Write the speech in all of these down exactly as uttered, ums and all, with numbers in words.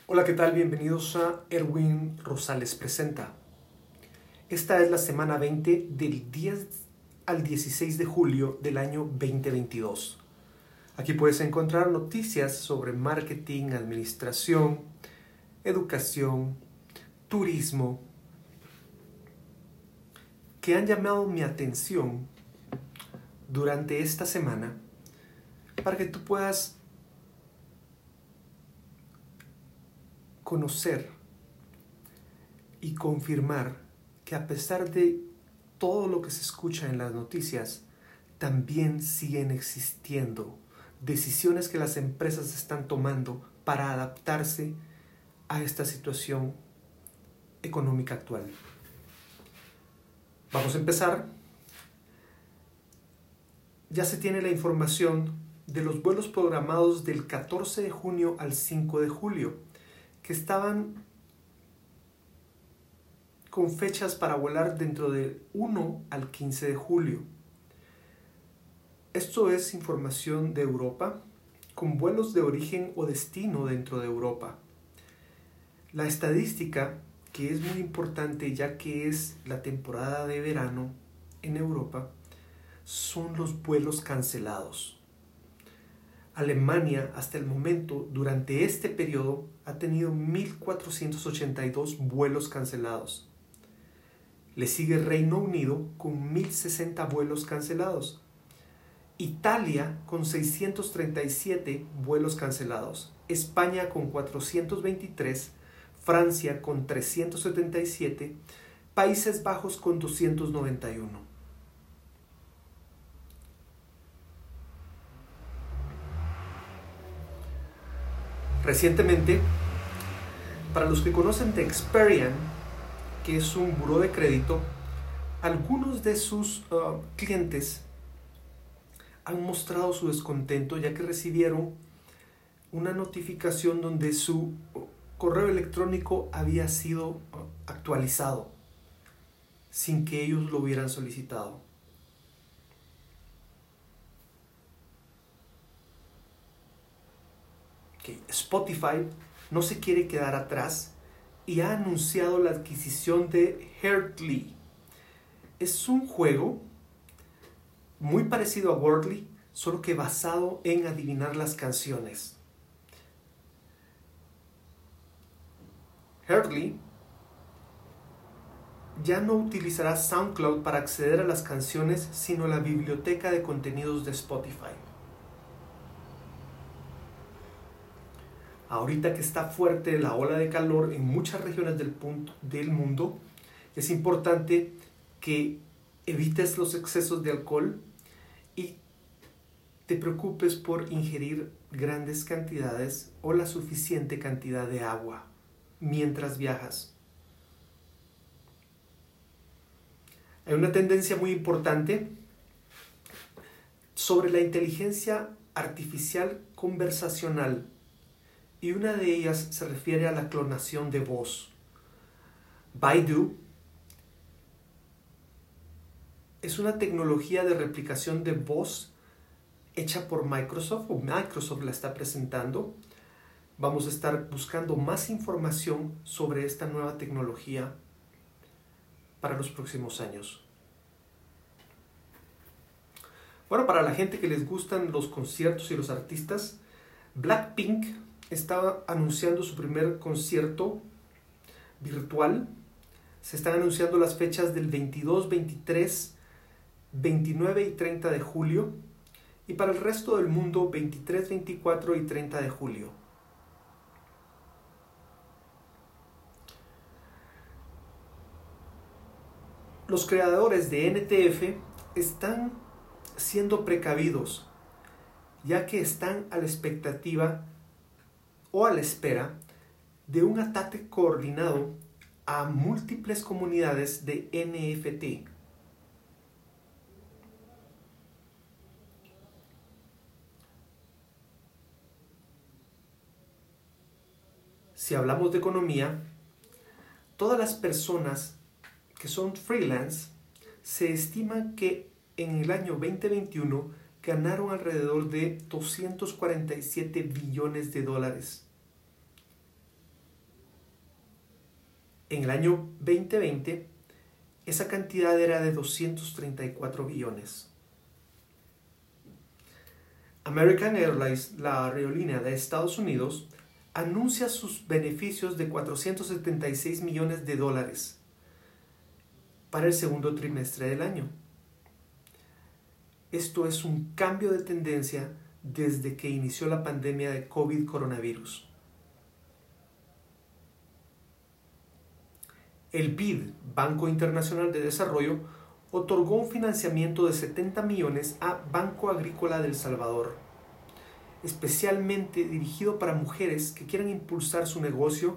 Hola, ¿qué tal? Bienvenidos a Erwin Rosales Presenta. Esta es la semana veinte del diez al dieciséis de julio del año veinte veintidós. Aquí puedes encontrar noticias sobre marketing, administración, educación, turismo, que han llamado mi atención durante esta semana para que tú puedas conocer y confirmar que a pesar de todo lo que se escucha en las noticias, también siguen existiendo decisiones que las empresas están tomando para adaptarse a esta situación económica actual. Vamos a empezar. Ya se tiene la información de los vuelos programados del catorce de junio al cinco de julio, que estaban con fechas para volar dentro del uno al quince de julio. Esto es información de Europa, con vuelos de origen o destino dentro de Europa. La estadística, que es muy importante ya que es la temporada de verano en Europa, son los vuelos cancelados. Alemania, hasta el momento, durante este periodo, ha tenido mil cuatrocientos ochenta y dos vuelos cancelados. Le sigue Reino Unido con mil sesenta vuelos cancelados. Italia con seiscientos treinta y siete vuelos cancelados. España con cuatrocientos veintitrés. Francia con trescientos setenta y siete. Países Bajos con doscientos noventa y uno. Recientemente, para los que conocen de Experian, que es un buró de crédito, algunos de sus uh, clientes han mostrado su descontento ya que recibieron una notificación donde su correo electrónico había sido uh, actualizado sin que ellos lo hubieran solicitado. Okay. Spotify no se quiere quedar atrás y ha anunciado la adquisición de Heardly. Es un juego muy parecido a Wordly, solo que basado en adivinar las canciones. Heardly ya no utilizará SoundCloud para acceder a las canciones, sino la biblioteca de contenidos de Spotify. Ahorita que está fuerte la ola de calor en muchas regiones del, punto, del mundo, es importante que evites los excesos de alcohol y te preocupes por ingerir grandes cantidades o la suficiente cantidad de agua mientras viajas. Hay una tendencia muy importante sobre la inteligencia artificial conversacional. Y una de ellas se refiere a la clonación de voz. Baidu es una tecnología de replicación de voz hecha por Microsoft, o Microsoft la está presentando. Vamos a estar buscando más información sobre esta nueva tecnología para los próximos años. Bueno, para la gente que les gustan los conciertos y los artistas, Blackpink está anunciando su primer concierto virtual. Se están anunciando las fechas del veintidós, veintitrés, veintinueve y treinta de julio. Y para el resto del mundo, veintitrés, veinticuatro y treinta de julio. Los creadores de N T F están siendo precavidos, ya que están a la expectativa o a la espera de un ataque coordinado a múltiples comunidades de N F T. Si hablamos de economía, todas las personas que son freelance, se estima que en el año veinte veintiuno ganaron alrededor de doscientos cuarenta y siete billones de dólares. En el año veinte veinte, esa cantidad era de doscientos treinta y cuatro billones. American Airlines, la aerolínea de Estados Unidos, anuncia sus beneficios de cuatrocientos setenta y seis millones de dólares para el segundo trimestre del año. Esto es un cambio de tendencia desde que inició la pandemia de COVID coronavirus. El B I D, Banco Internacional de Desarrollo, otorgó un financiamiento de setenta millones a Banco Agrícola de El Salvador, especialmente dirigido para mujeres que quieran impulsar su negocio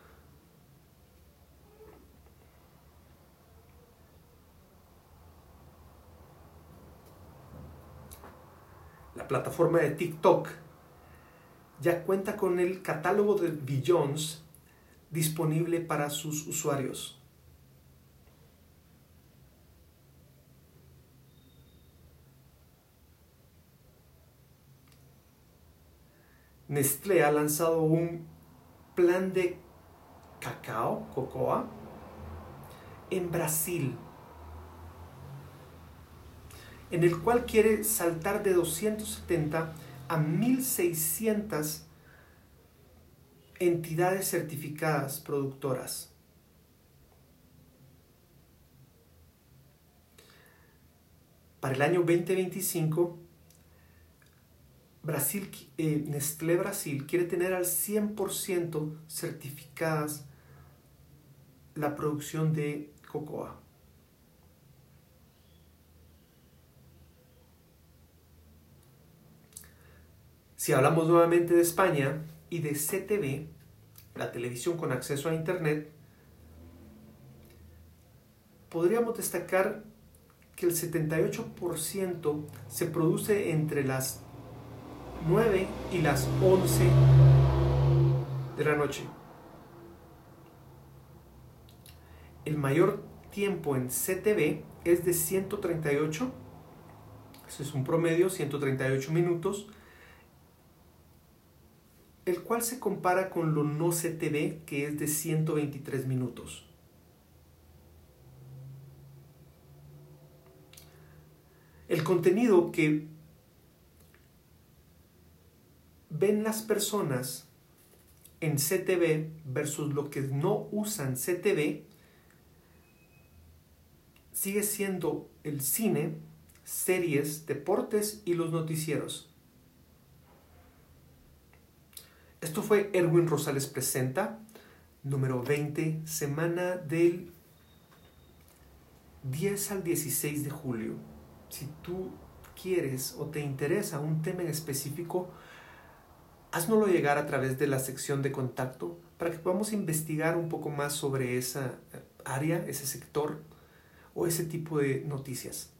La plataforma de TikTok ya cuenta con el catálogo de Billions disponible para sus usuarios. Nestlé ha lanzado un plan de cacao, cocoa, en Brasil, en el cual quiere saltar de doscientos setenta a mil seiscientas entidades certificadas productoras. Para el año veinte veinticinco, Brasil, eh, Nestlé Brasil quiere tener al cien por ciento certificadas la producción de cocoa. Si hablamos nuevamente de España y de C T V, la televisión con acceso a Internet, podríamos destacar que el setenta y ocho por ciento se produce entre las nueve y las once de la noche. El mayor tiempo en C T V es de ciento treinta y ocho, ese es un promedio, ciento treinta y ocho minutos, el cual se compara con lo no C T V, que es de ciento veintitrés minutos. El contenido que ven las personas en C T V versus lo que no usan C T V sigue siendo el cine, series, deportes y los noticieros. Esto fue Erwin Rosales Presenta, número veinte, semana del diez al dieciséis de julio. Si tú quieres o te interesa un tema en específico, háznoslo llegar a través de la sección de contacto para que podamos investigar un poco más sobre esa área, ese sector o ese tipo de noticias.